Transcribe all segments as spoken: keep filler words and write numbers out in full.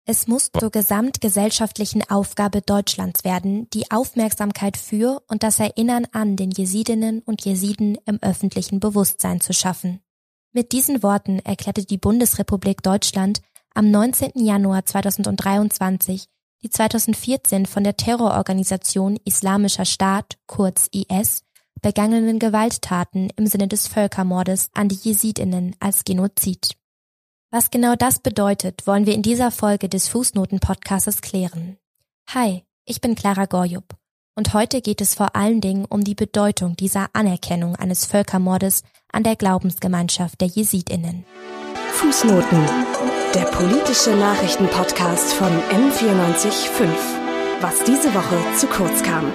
Es muss zur gesamtgesellschaftlichen Aufgabe Deutschlands werden, die Aufmerksamkeit für und das Erinnern an den Jesidinnen und Jesiden im öffentlichen Bewusstsein zu schaffen. Mit diesen Worten erklärte die Bundesrepublik Deutschland am neunzehnten Januar zweitausenddreiundzwanzig die zweitausendvierzehn von der Terrororganisation Islamischer Staat, kurz I S, begangenen Gewalttaten im Sinne des Völkermordes an die Jesidinnen als Genozid. Was genau das bedeutet, wollen wir in dieser Folge des Fußnoten-Podcasts klären. Hi, ich bin Clara Gorjup und heute geht es vor allen Dingen um die Bedeutung dieser Anerkennung eines Völkermordes an der Glaubensgemeinschaft der Jesidinnen. Fußnoten, der politische Nachrichtenpodcast von M vierundneunzig Komma fünf. Was diese Woche zu kurz kam.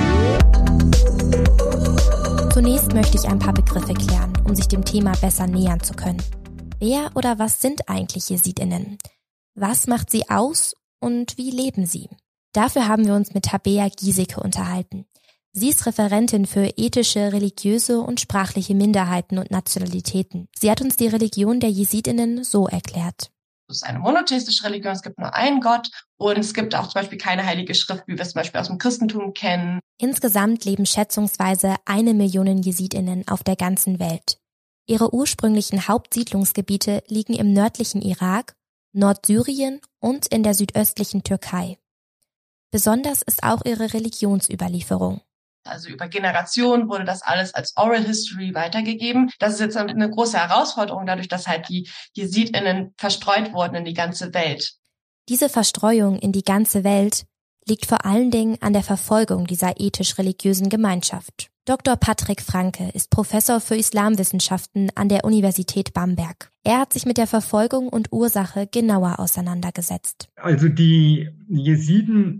Zunächst möchte ich ein paar Begriffe klären, um sich dem Thema besser nähern zu können. Wer oder was sind eigentlich Jesidinnen? Was macht sie aus und wie leben sie? Dafür haben wir uns mit Tabea Giesecke unterhalten. Sie ist Referentin für ethische, religiöse und sprachliche Minderheiten und Nationalitäten. Sie hat uns die Religion der Jesidinnen so erklärt. Es ist eine monotheistische Religion, es gibt nur einen Gott und es gibt auch zum Beispiel keine heilige Schrift, wie wir es zum Beispiel aus dem Christentum kennen. Insgesamt leben schätzungsweise eine Million Jesidinnen auf der ganzen Welt. Ihre ursprünglichen Hauptsiedlungsgebiete liegen im nördlichen Irak, Nordsyrien und in der südöstlichen Türkei. Besonders ist auch ihre Religionsüberlieferung. Also über Generationen wurde das alles als Oral History weitergegeben. Das ist jetzt eine große Herausforderung, dadurch, dass halt die JesidInnen verstreut wurden in die ganze Welt. Diese Verstreuung in die ganze Welt liegt vor allen Dingen an der Verfolgung dieser ethisch-religiösen Gemeinschaft. Doktor Patrick Franke ist Professor für Islamwissenschaften an der Universität Bamberg. Er hat sich mit der Verfolgung und Ursache genauer auseinandergesetzt. Also die Jesiden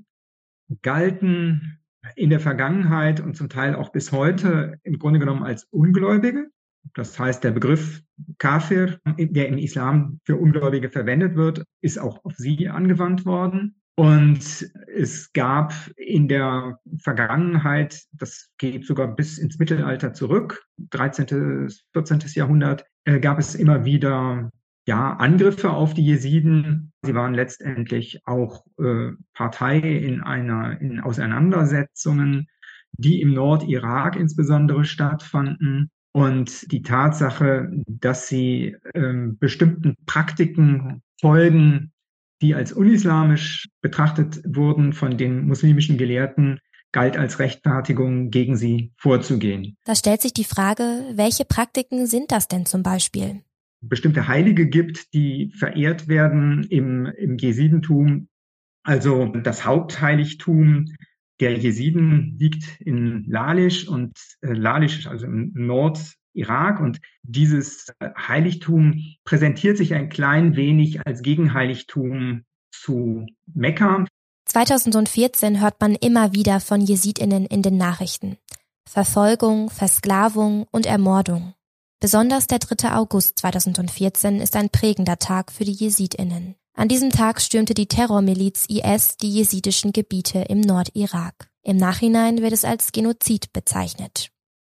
galten in der Vergangenheit und zum Teil auch bis heute im Grunde genommen als Ungläubige. Das heißt, der Begriff Kafir, der im Islam für Ungläubige verwendet wird, ist auch auf sie angewandt worden. Und es gab in der Vergangenheit, das geht sogar bis ins Mittelalter zurück, dreizehnten., vierzehnten. Jahrhundert, äh, gab es immer wieder ja Angriffe auf die Jesiden. Sie waren letztendlich auch äh, Partei in einer in Auseinandersetzungen, die im Nordirak insbesondere stattfanden. Und die Tatsache, dass sie äh, bestimmten Praktiken folgen, die als unislamisch betrachtet wurden von den muslimischen Gelehrten, galt als Rechtfertigung, gegen sie vorzugehen. Da stellt sich die Frage, welche Praktiken sind das denn zum Beispiel? Bestimmte Heilige gibt, die verehrt werden im, im Jesidentum. Also das Hauptheiligtum der Jesiden liegt in Lalish und äh, Lalish ist also im Nordirak und dieses Heiligtum präsentiert sich ein klein wenig als Gegenheiligtum zu Mekka. zweitausendvierzehn hört man immer wieder von JesidInnen in den Nachrichten. Verfolgung, Versklavung und Ermordung. Besonders der dritte August zweitausendvierzehn ist ein prägender Tag für die JesidInnen. An diesem Tag stürmte die Terrormiliz I S die jesidischen Gebiete im Nordirak. Im Nachhinein wird es als Genozid bezeichnet.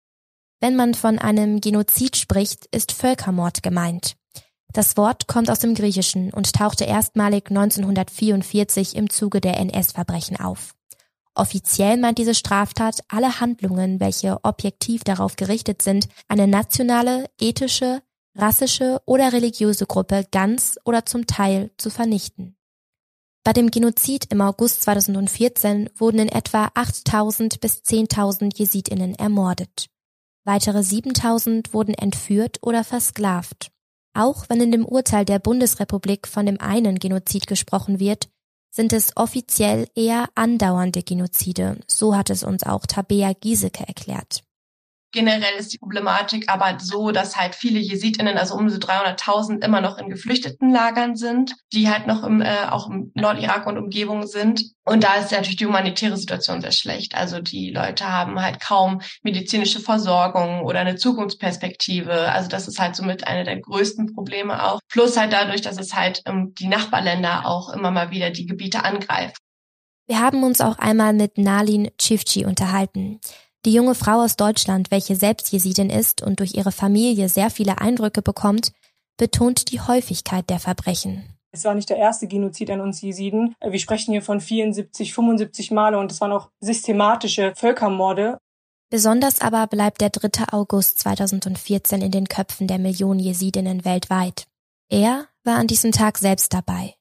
Wenn man von einem Genozid spricht, ist Völkermord gemeint. Das Wort kommt aus dem Griechischen und tauchte erstmalig neunzehnhundertvierundvierzig im Zuge der N S-Verbrechen auf. Offiziell meint diese Straftat alle Handlungen, welche objektiv darauf gerichtet sind, eine nationale, ethische, rassische oder religiöse Gruppe ganz oder zum Teil zu vernichten. Bei dem Genozid im August zweitausendvierzehn wurden in etwa achttausend bis zehntausend JesidInnen ermordet. Weitere siebentausend wurden entführt oder versklavt. Auch wenn in dem Urteil der Bundesrepublik von dem einen Genozid gesprochen wird, sind es offiziell eher andauernde Genozide. So hat es uns auch Tabea Giesecke erklärt. Generell ist die Problematik aber so, dass halt viele JesidInnen, also um so dreihunderttausend, immer noch in Geflüchtetenlagern sind, die halt noch im, äh, auch im Nordirak und Umgebung sind. Und da ist natürlich die humanitäre Situation sehr schlecht. Also die Leute haben halt kaum medizinische Versorgung oder eine Zukunftsperspektive. Also das ist halt somit eine der größten Probleme auch. Plus halt dadurch, dass es halt ähm, die Nachbarländer auch immer mal wieder die Gebiete angreifen. Wir haben uns auch einmal mit Nalin Çiftçi unterhalten. Die junge Frau aus Deutschland, welche selbst Jesidin ist und durch ihre Familie sehr viele Eindrücke bekommt, betont die Häufigkeit der Verbrechen. Es war nicht der erste Genozid an uns Jesiden. Wir sprechen hier von vierundsiebzig, fünfundsiebzig Male und es waren auch systematische Völkermorde. Besonders aber bleibt der dritte August zweitausendvierzehn in den Köpfen der Millionen Jesidinnen weltweit. Er war an diesem Tag selbst dabei.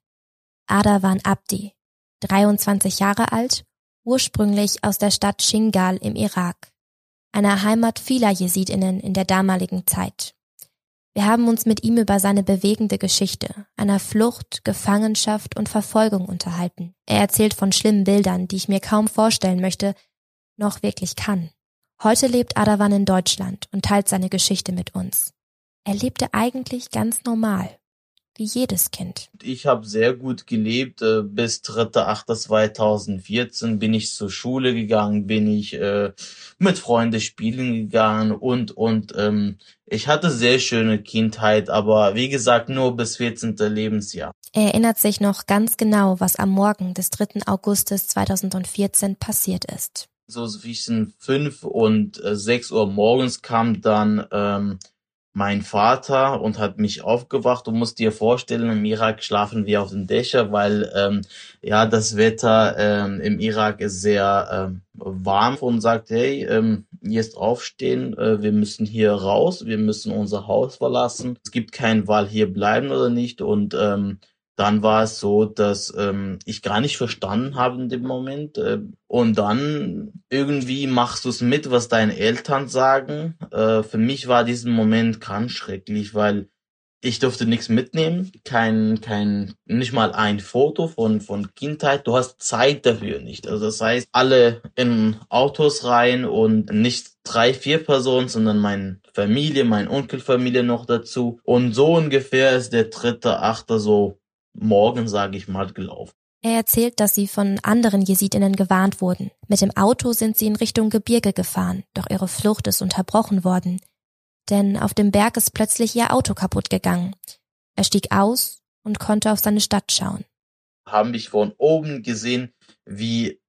Adawan Abdi, dreiundzwanzig Jahre alt, ursprünglich aus der Stadt Shingal im Irak, einer Heimat vieler Jesidinnen in der damaligen Zeit. Wir haben uns mit ihm über seine bewegende Geschichte einer Flucht, Gefangenschaft und Verfolgung unterhalten. Er erzählt von schlimmen Bildern, die ich mir kaum vorstellen möchte, noch wirklich kann. Heute lebt Adawan in Deutschland und teilt seine Geschichte mit uns. Er lebte eigentlich ganz normal, wie jedes Kind. Ich habe sehr gut gelebt. Bis dritter achter zweitausendvierzehn bin ich zur Schule gegangen, bin ich äh, mit Freunden spielen gegangen und und ähm, ich hatte sehr schöne Kindheit, aber wie gesagt nur bis vierzehnten Lebensjahr. Er erinnert sich noch ganz genau, was am Morgen des dritten Augustes zweitausendvierzehn passiert ist. So zwischen fünf und äh, sechs Uhr morgens kam dann ähm, mein Vater und hat mich aufgewacht. Du musst dir vorstellen, im Irak schlafen wir auf den Dächern, weil ähm, ja das Wetter ähm, im Irak ist sehr ähm, warm und sagt, hey, ähm, jetzt aufstehen, äh, wir müssen hier raus, wir müssen unser Haus verlassen. Es gibt keine Wahl, hier bleiben oder nicht. Und ähm, dann war es so, dass ähm, ich gar nicht verstanden habe in dem Moment. Äh, und dann irgendwie machst du es mit, was deine Eltern sagen. Äh, für mich war diesen Moment ganz schrecklich, weil ich durfte nichts mitnehmen, kein, kein, nicht mal ein Foto von von Kindheit. Du hast Zeit dafür nicht. Also das heißt, alle in Autos rein und nicht drei, vier Personen, sondern meine Familie, meine Onkelfamilie noch dazu. Und so ungefähr ist der dritte Achter so morgen, sage ich mal, gelaufen. Er erzählt, dass sie von anderen Jesidinnen gewarnt wurden. Mit dem Auto sind sie in Richtung Gebirge gefahren, doch ihre Flucht ist unterbrochen worden. Denn auf dem Berg ist plötzlich ihr Auto kaputt gegangen. Er stieg aus und konnte auf seine Stadt schauen. Haben mich von oben gesehen, wie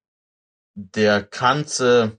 der ganze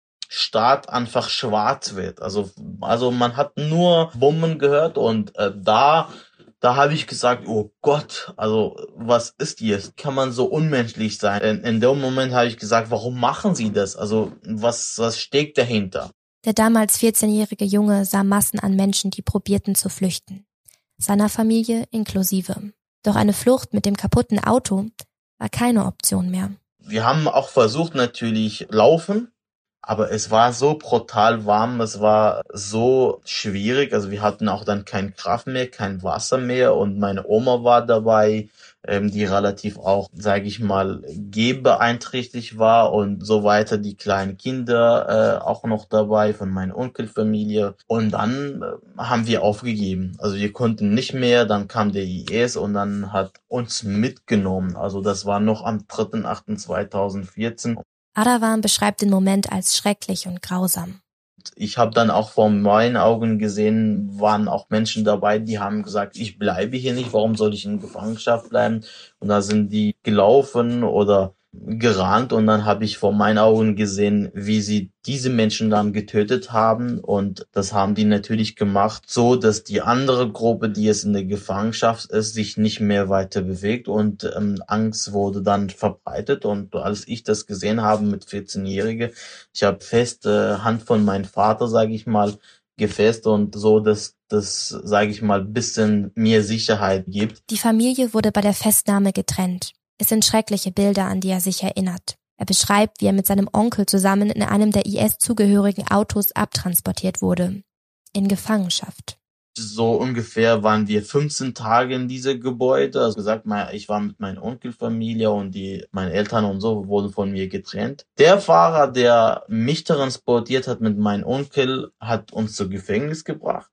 Stadt einfach schwarz wird. Also, also man hat nur Bomben gehört und äh, da Da habe ich gesagt, oh Gott, also was ist jetzt? Kann man so unmenschlich sein? In, in dem Moment habe ich gesagt, warum machen sie das? Also was, was steckt dahinter? Der damals vierzehnjährige Junge sah Massen an Menschen, die probierten zu flüchten. Seiner Familie inklusive. Doch eine Flucht mit dem kaputten Auto war keine Option mehr. Wir haben auch versucht natürlich laufen. Aber es war so brutal warm, es war so schwierig, also wir hatten auch dann keine Kraft mehr, kein Wasser mehr und meine Oma war dabei, ähm, die relativ auch, sage ich mal, gehbeeinträchtigt war und so weiter, die kleinen Kinder äh, auch noch dabei von meiner Onkelfamilie und dann äh, haben wir aufgegeben, also wir konnten nicht mehr, dann kam der I S und dann hat uns mitgenommen, also das war noch am dritter achter zweitausendvierzehn. Adawan beschreibt den Moment als schrecklich und grausam. Ich habe dann auch vor meinen Augen gesehen, waren auch Menschen dabei, die haben gesagt, ich bleibe hier nicht, warum soll ich in Gefangenschaft bleiben? Und da sind die gelaufen oder gerannt und dann habe ich vor meinen Augen gesehen, wie sie diese Menschen dann getötet haben und das haben die natürlich gemacht, so dass die andere Gruppe, die jetzt in der Gefangenschaft ist, sich nicht mehr weiter bewegt und ähm, Angst wurde dann verbreitet und als ich das gesehen habe mit vierzehnjährigen, ich habe feste Hand von meinem Vater, sage ich mal, gefasst und so, dass das, sage ich mal, bisschen mehr Sicherheit gibt. Die Familie wurde bei der Festnahme getrennt. Es sind schreckliche Bilder, an die er sich erinnert. Er beschreibt, wie er mit seinem Onkel zusammen in einem der I S-zugehörigen Autos abtransportiert wurde. In Gefangenschaft. So ungefähr waren wir fünfzehn Tage in diesem Gebäude. Also gesagt, ich war mit meiner Onkelfamilie und die, meine Eltern und so wurden von mir getrennt. Der Fahrer, der mich transportiert hat mit meinem Onkel, hat uns zu Gefängnis gebracht.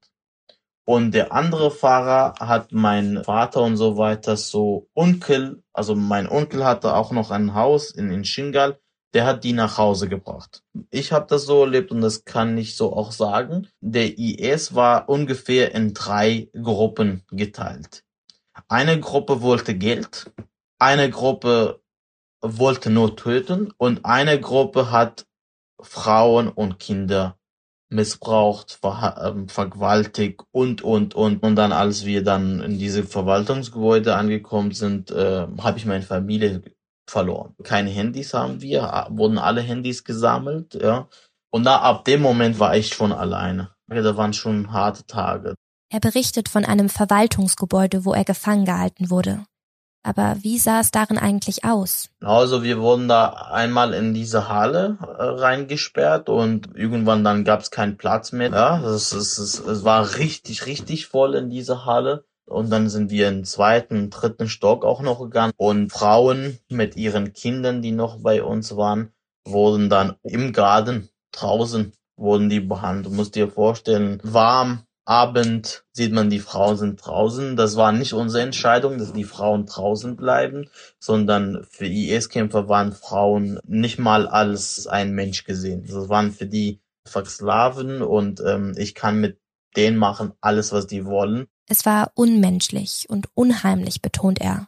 Und der andere Fahrer hat mein Vater und so weiter, so Onkel, also mein Onkel hatte auch noch ein Haus in, in Shingal, der hat die nach Hause gebracht. Ich habe das so erlebt und das kann ich so auch sagen. Der I S war ungefähr in drei Gruppen geteilt. Eine Gruppe wollte Geld, eine Gruppe wollte nur töten und eine Gruppe hat Frauen und Kinder missbraucht, ver- ähm, vergewaltigt und, und, und. Und dann, als wir dann in diese Verwaltungsgebäude angekommen sind, äh, habe ich meine Familie verloren. Keine Handys haben wir, wurden alle Handys gesammelt, ja. Und da, ab dem Moment war ich schon alleine. Da waren schon harte Tage. Er berichtet von einem Verwaltungsgebäude, wo er gefangen gehalten wurde. Aber wie sah es darin eigentlich aus? Also wir wurden da einmal in diese Halle äh, reingesperrt und irgendwann dann gab es keinen Platz mehr. Ja, es, es, es, es war richtig, richtig voll in dieser Halle. Und dann sind wir im zweiten, dritten Stock auch noch gegangen. Und Frauen mit ihren Kindern, die noch bei uns waren, wurden dann im Garten draußen wurden die behandelt. Du musst dir vorstellen, warm, Abend sieht man, die Frauen sind draußen. Das war nicht unsere Entscheidung, dass die Frauen draußen bleiben, sondern für I S-Kämpfer waren Frauen nicht mal als ein Mensch gesehen. Das waren für die Versklaven und ähm, ich kann mit denen machen alles, was die wollen. Es war unmenschlich und unheimlich, betont er.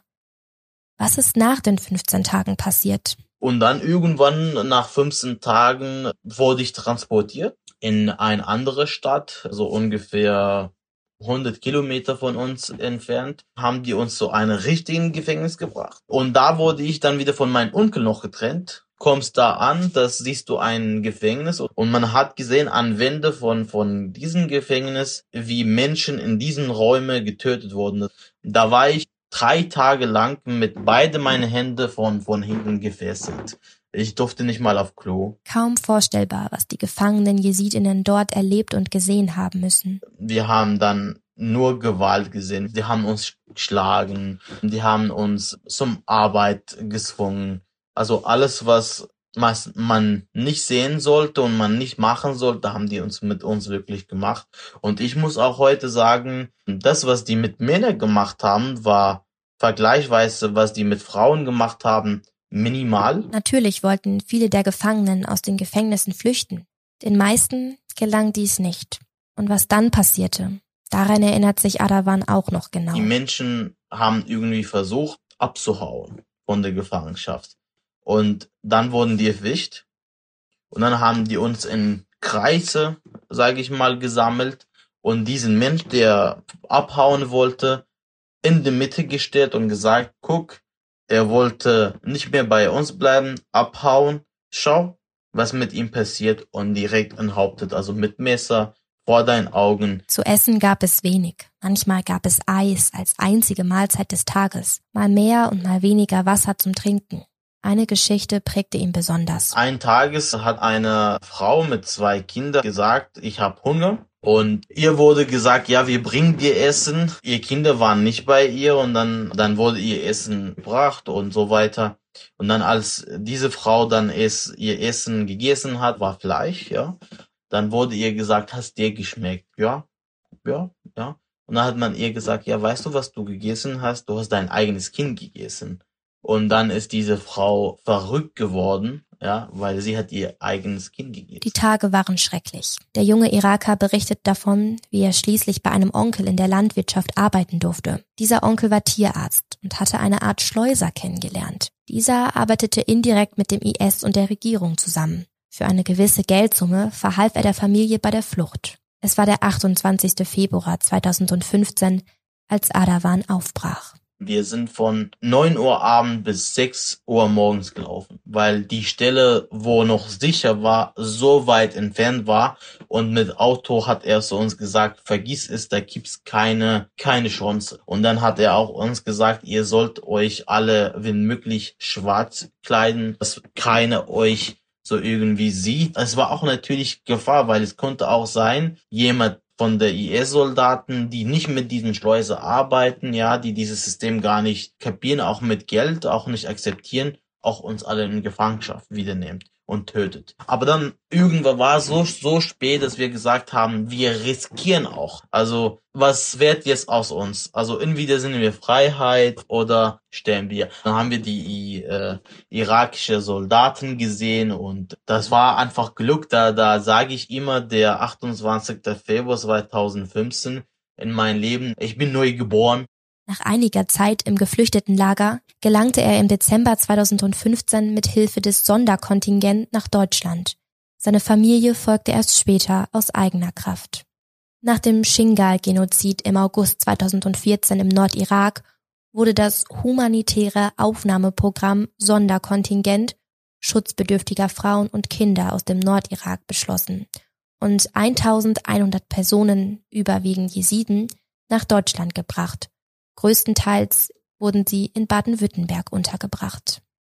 Was ist nach den fünfzehn Tagen passiert? Und dann irgendwann nach fünfzehn Tagen wurde ich transportiert in eine andere Stadt, so ungefähr hundert Kilometer von uns entfernt, haben die uns zu einem richtigen Gefängnis gebracht. Und da wurde ich dann wieder von meinem Onkel noch getrennt. Kommst da an, das siehst du ein Gefängnis und man hat gesehen an Wände von von diesem Gefängnis, wie Menschen in diesen Räumen getötet wurden. Da war ich drei Tage lang mit beide meine Hände von von hinten gefesselt. Ich durfte nicht mal auf Klo. Kaum vorstellbar, was die gefangenen Jesidinnen dort erlebt und gesehen haben müssen. Wir haben dann nur Gewalt gesehen. Die haben uns geschlagen, die haben uns zum Arbeit gezwungen. Also alles, was man nicht sehen sollte und man nicht machen sollte, haben die uns mit uns wirklich gemacht. Und ich muss auch heute sagen, das, was die mit Männern gemacht haben, war vergleichsweise, was die mit Frauen gemacht haben, minimal. Natürlich wollten viele der Gefangenen aus den Gefängnissen flüchten. Den meisten gelang dies nicht. Und was dann passierte, daran erinnert sich Adawan auch noch genau. Die Menschen haben irgendwie versucht, abzuhauen von der Gefangenschaft. Und dann wurden die erwischt. Und dann haben die uns in Kreise, sage ich mal, gesammelt. Und diesen Mensch, der abhauen wollte, in die Mitte gestellt und gesagt, guck, der wollte nicht mehr bei uns bleiben, abhauen. Schau, was mit ihm passiert. Und direkt enthauptet, also mit Messer vor deinen Augen. Zu essen gab es wenig. Manchmal gab es Eis als einzige Mahlzeit des Tages. Mal mehr und mal weniger Wasser zum Trinken. Eine Geschichte prägte ihn besonders. Eines Tages hat eine Frau mit zwei Kindern gesagt, ich habe Hunger. Und ihr wurde gesagt, ja, wir bringen dir Essen. Ihr Kinder waren nicht bei ihr und dann dann wurde ihr Essen gebracht und so weiter. Und dann als diese Frau dann es, ihr Essen gegessen hat, war Fleisch, ja. Dann wurde ihr gesagt, hast dir geschmeckt? Ja, ja, ja. Und dann hat man ihr gesagt, ja, weißt du, was du gegessen hast? Du hast dein eigenes Kind gegessen. Und dann ist diese Frau verrückt geworden, ja, weil sie hat ihr eigenes Kind gegessen. Die Tage waren schrecklich. Der junge Iraker berichtet davon, wie er schließlich bei einem Onkel in der Landwirtschaft arbeiten durfte. Dieser Onkel war Tierarzt und hatte eine Art Schleuser kennengelernt. Dieser arbeitete indirekt mit dem I S und der Regierung zusammen. Für eine gewisse Geldsumme verhalf er der Familie bei der Flucht. Es war der achtundzwanzigster Februar zweitausendfünfzehn, als Adawan aufbrach. Wir sind von neun Uhr abends bis sechs Uhr morgens gelaufen, weil die Stelle, wo noch sicher war, so weit entfernt war. Und mit Auto hat er zu uns gesagt, vergiss es, da gibt's keine keine Chance. Und dann hat er auch uns gesagt, ihr sollt euch alle, wenn möglich, schwarz kleiden, dass keiner euch so irgendwie sieht. Es war auch natürlich Gefahr, weil es konnte auch sein, jemand von der I S-Soldaten, die nicht mit diesen Schleuser arbeiten, ja, die dieses System gar nicht kapieren, auch mit Geld, auch nicht akzeptieren, auch uns alle in Gefangenschaft wieder nimmt und tötet. Aber dann irgendwann war es so, so spät, dass wir gesagt haben, wir riskieren auch. Also, was wird jetzt aus uns? Also, entweder sind wir Freiheit oder sterben wir. Dann haben wir die äh, irakische Soldaten gesehen und das war einfach Glück. Da, da sage ich immer, der achtundzwanzigster Februar zweitausendfünfzehn in meinem Leben, ich bin neu geboren. Nach einiger Zeit im Geflüchtetenlager gelangte er im Dezember zweitausendfünfzehn mit Hilfe des Sonderkontingents nach Deutschland. Seine Familie folgte erst später aus eigener Kraft. Nach dem Shingal-Genozid im August zweitausendvierzehn im Nordirak wurde das humanitäre Aufnahmeprogramm Sonderkontingent schutzbedürftiger Frauen und Kinder aus dem Nordirak beschlossen und eintausendeinhundert Personen, überwiegend Jesiden, nach Deutschland gebracht. Größtenteils wurden sie in Baden-Württemberg untergebracht.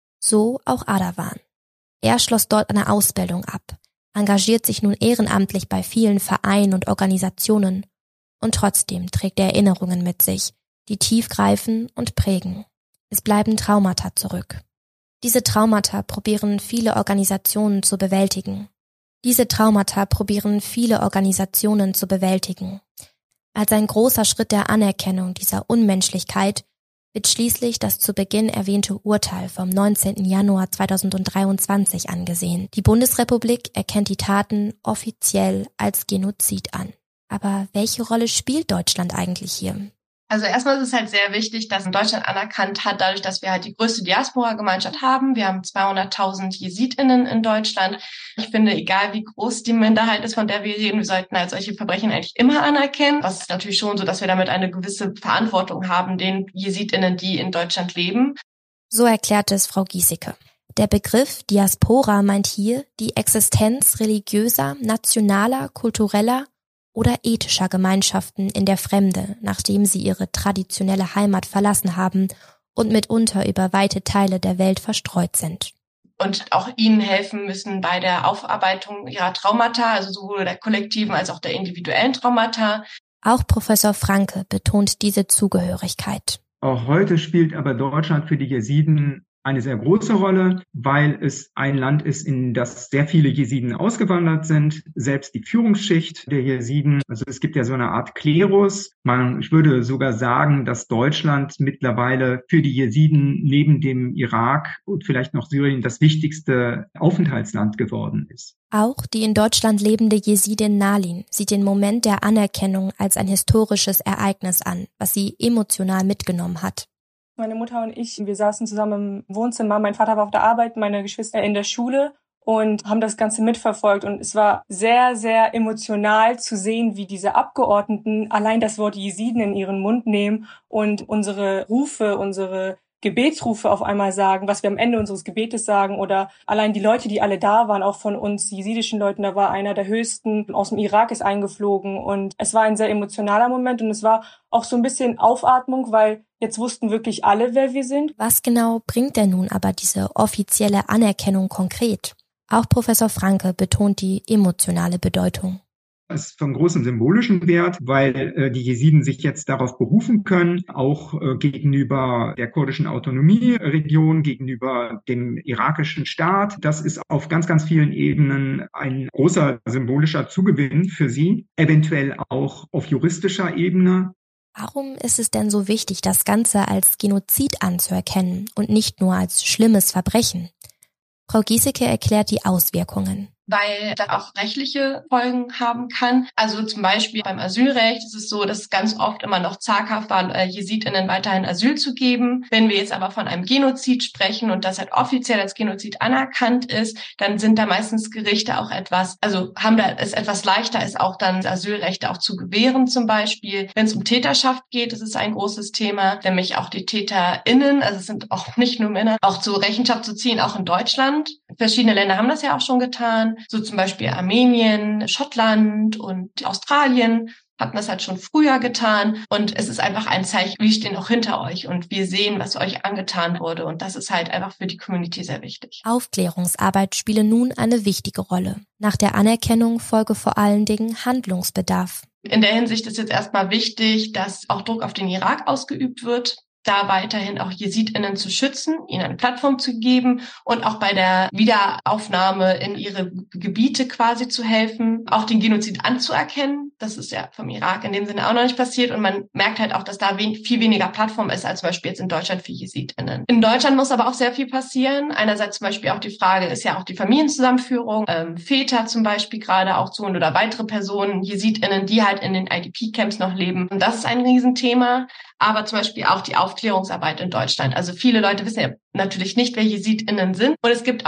So auch Adawan. Er schloss dort eine Ausbildung ab, engagiert sich nun ehrenamtlich bei vielen Vereinen und Organisationen und trotzdem trägt er Erinnerungen mit sich, die tief greifen und prägen. Es bleiben Traumata zurück. Diese Traumata probieren viele Organisationen zu bewältigen. Diese Traumata probieren viele Organisationen zu bewältigen. Als ein großer Schritt der Anerkennung dieser Unmenschlichkeit wird schließlich das zu Beginn erwähnte Urteil vom neunzehnten Januar zweitausenddreiundzwanzig angesehen. Die Bundesrepublik erkennt die Taten offiziell als Genozid an. Aber welche Rolle spielt Deutschland eigentlich hier? Also erstmal ist es halt sehr wichtig, dass Deutschland anerkannt hat, dadurch, dass wir halt die größte Diaspora-Gemeinschaft haben. Wir haben zweihunderttausend JesidInnen in Deutschland. Ich finde, egal wie groß die Minderheit ist, von der wir reden, wir sollten halt solche Verbrechen eigentlich immer anerkennen. Das ist natürlich schon so, dass wir damit eine gewisse Verantwortung haben, den JesidInnen, die in Deutschland leben. So erklärte es Frau Giesecke. Der Begriff Diaspora meint hier die Existenz religiöser, nationaler, kultureller oder ethischer Gemeinschaften in der Fremde, nachdem sie ihre traditionelle Heimat verlassen haben und mitunter über weite Teile der Welt verstreut sind. Und auch ihnen helfen müssen bei der Aufarbeitung ihrer Traumata, also sowohl der kollektiven als auch der individuellen Traumata. Auch Professor Franke betont diese Zugehörigkeit. Auch heute spielt aber Deutschland für die Jesiden eine sehr große Rolle, weil es ein Land ist, in das sehr viele Jesiden ausgewandert sind, selbst die Führungsschicht der Jesiden. Also es gibt ja so eine Art Klerus. Man, ich würde sogar sagen, dass Deutschland mittlerweile für die Jesiden neben dem Irak und vielleicht noch Syrien das wichtigste Aufenthaltsland geworden ist. Auch die in Deutschland lebende Jesidin Nalin sieht den Moment der Anerkennung als ein historisches Ereignis an, was sie emotional mitgenommen hat. Meine Mutter und ich, wir saßen zusammen im Wohnzimmer. Mein Vater war auf der Arbeit, meine Geschwister in der Schule und haben das Ganze mitverfolgt. Und es war sehr, sehr emotional zu sehen, wie diese Abgeordneten allein das Wort Jesiden in ihren Mund nehmen und unsere Rufe, unsere Gebetsrufe auf einmal sagen, was wir am Ende unseres Gebetes sagen, oder allein die Leute, die alle da waren, auch von uns jesidischen Leuten, da war einer der höchsten aus dem Irak, ist eingeflogen und es war ein sehr emotionaler Moment und es war auch so ein bisschen Aufatmung, weil jetzt wussten wirklich alle, wer wir sind. Was genau bringt denn nun aber diese offizielle Anerkennung konkret? Auch Professor Franke betont die emotionale Bedeutung. Es ist von großem symbolischen Wert, weil äh, die Jesiden sich jetzt darauf berufen können, auch äh, gegenüber der kurdischen Autonomieregion, gegenüber dem irakischen Staat. Das ist auf ganz, ganz vielen Ebenen ein großer symbolischer Zugewinn für sie, eventuell auch auf juristischer Ebene. Warum ist es denn so wichtig, das Ganze als Genozid anzuerkennen und nicht nur als schlimmes Verbrechen? Frau Giesecke erklärt die Auswirkungen. Weil das auch rechtliche Folgen haben kann. Also zum Beispiel beim Asylrecht ist es so, dass es ganz oft immer noch zaghaft war, äh, JesidInnen weiterhin Asyl zu geben. Wenn wir jetzt aber von einem Genozid sprechen und das halt offiziell als Genozid anerkannt ist, dann sind da meistens Gerichte auch etwas, also haben da es etwas leichter ist, auch dann Asylrechte auch zu gewähren zum Beispiel. Wenn es um Täterschaft geht, das ist ein großes Thema, nämlich auch die TäterInnen, also es sind auch nicht nur Männer, auch zur Rechenschaft zu ziehen, auch in Deutschland. Verschiedene Länder haben das ja auch schon getan. So zum Beispiel Armenien, Schottland und Australien hatten das halt schon früher getan. Und es ist einfach ein Zeichen, wir stehen auch hinter euch und wir sehen, was euch angetan wurde. Und das ist halt einfach für die Community sehr wichtig. Aufklärungsarbeit spiele nun eine wichtige Rolle. Nach der Anerkennung folge vor allen Dingen Handlungsbedarf. In der Hinsicht ist jetzt erstmal wichtig, dass auch Druck auf den Irak ausgeübt wird, da weiterhin auch JesidInnen zu schützen, ihnen eine Plattform zu geben und auch bei der Wiederaufnahme in ihre Gebiete quasi zu helfen, auch den Genozid anzuerkennen. Das ist ja vom Irak in dem Sinne auch noch nicht passiert und man merkt halt auch, dass da viel weniger Plattform ist als zum Beispiel jetzt in Deutschland für JesidInnen. In Deutschland muss aber auch sehr viel passieren. Einerseits zum Beispiel auch die Frage ist ja auch die Familienzusammenführung, ähm, Väter zum Beispiel gerade auch zu und oder weitere Personen, JesidInnen, die halt in den I D P-Camps noch leben. Und das ist ein Riesenthema. Aber zum Beispiel auch die Aufklärungsarbeit in Deutschland. Also viele Leute wissen ja natürlich nicht, wer JesidInnen sind. Und es gibt auch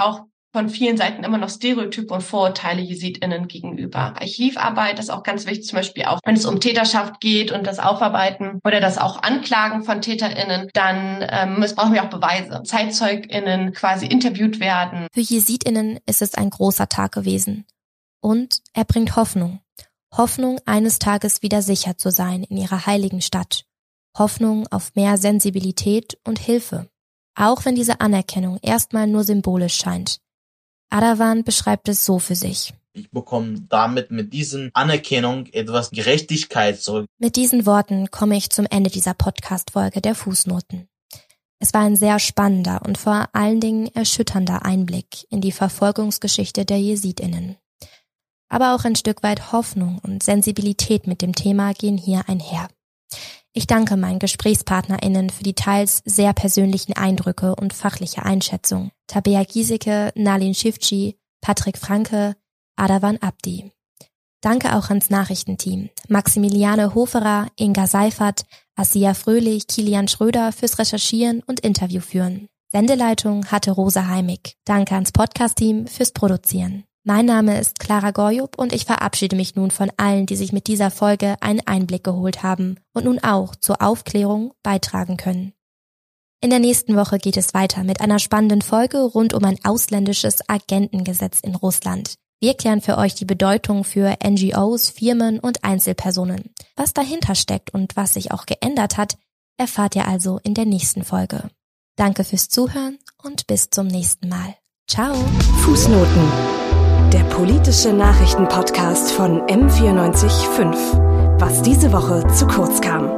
von vielen Seiten immer noch Stereotype und Vorurteile JesidInnen gegenüber. Archivarbeit ist auch ganz wichtig, zum Beispiel auch, wenn es um Täterschaft geht und das Aufarbeiten oder das auch Anklagen von TäterInnen, dann ähm, es brauchen wir auch Beweise. ZeitzeugInnen quasi interviewt werden. Für JesidInnen ist es ein großer Tag gewesen. Und er bringt Hoffnung. Hoffnung, eines Tages wieder sicher zu sein in ihrer heiligen Stadt. Hoffnung auf mehr Sensibilität und Hilfe. Auch wenn diese Anerkennung erstmal nur symbolisch scheint. Adawan beschreibt es so für sich. Ich bekomme damit mit diesen Anerkennung etwas Gerechtigkeit zurück. Mit diesen Worten komme ich zum Ende dieser Podcast-Folge der Fußnoten. Es war ein sehr spannender und vor allen Dingen erschütternder Einblick in die Verfolgungsgeschichte der JesidInnen. Aber auch ein Stück weit Hoffnung und Sensibilität mit dem Thema gehen hier einher. Ich danke meinen GesprächspartnerInnen für die teils sehr persönlichen Eindrücke und fachliche Einschätzung. Tabea Giesecke, Nalin Schifci, Patrick Franke, Adawan Abdi. Danke auch ans Nachrichtenteam. Maximiliane Hoferer, Inga Seifert, Asia Fröhlich, Kilian Schröder fürs Recherchieren und Interview führen. Sendeleitung hatte Rosa Heimig. Danke ans Podcast-Team fürs Produzieren. Mein Name ist Clara Gorjup und ich verabschiede mich nun von allen, die sich mit dieser Folge einen Einblick geholt haben und nun auch zur Aufklärung beitragen können. In der nächsten Woche geht es weiter mit einer spannenden Folge rund um ein ausländisches Agentengesetz in Russland. Wir klären für euch die Bedeutung für N G Os, Firmen und Einzelpersonen. Was dahinter steckt und was sich auch geändert hat, erfahrt ihr also in der nächsten Folge. Danke fürs Zuhören und bis zum nächsten Mal. Ciao! Fußnoten. Der politische Nachrichtenpodcast von M vierundneunzig Komma fünf. Was diese Woche zu kurz kam.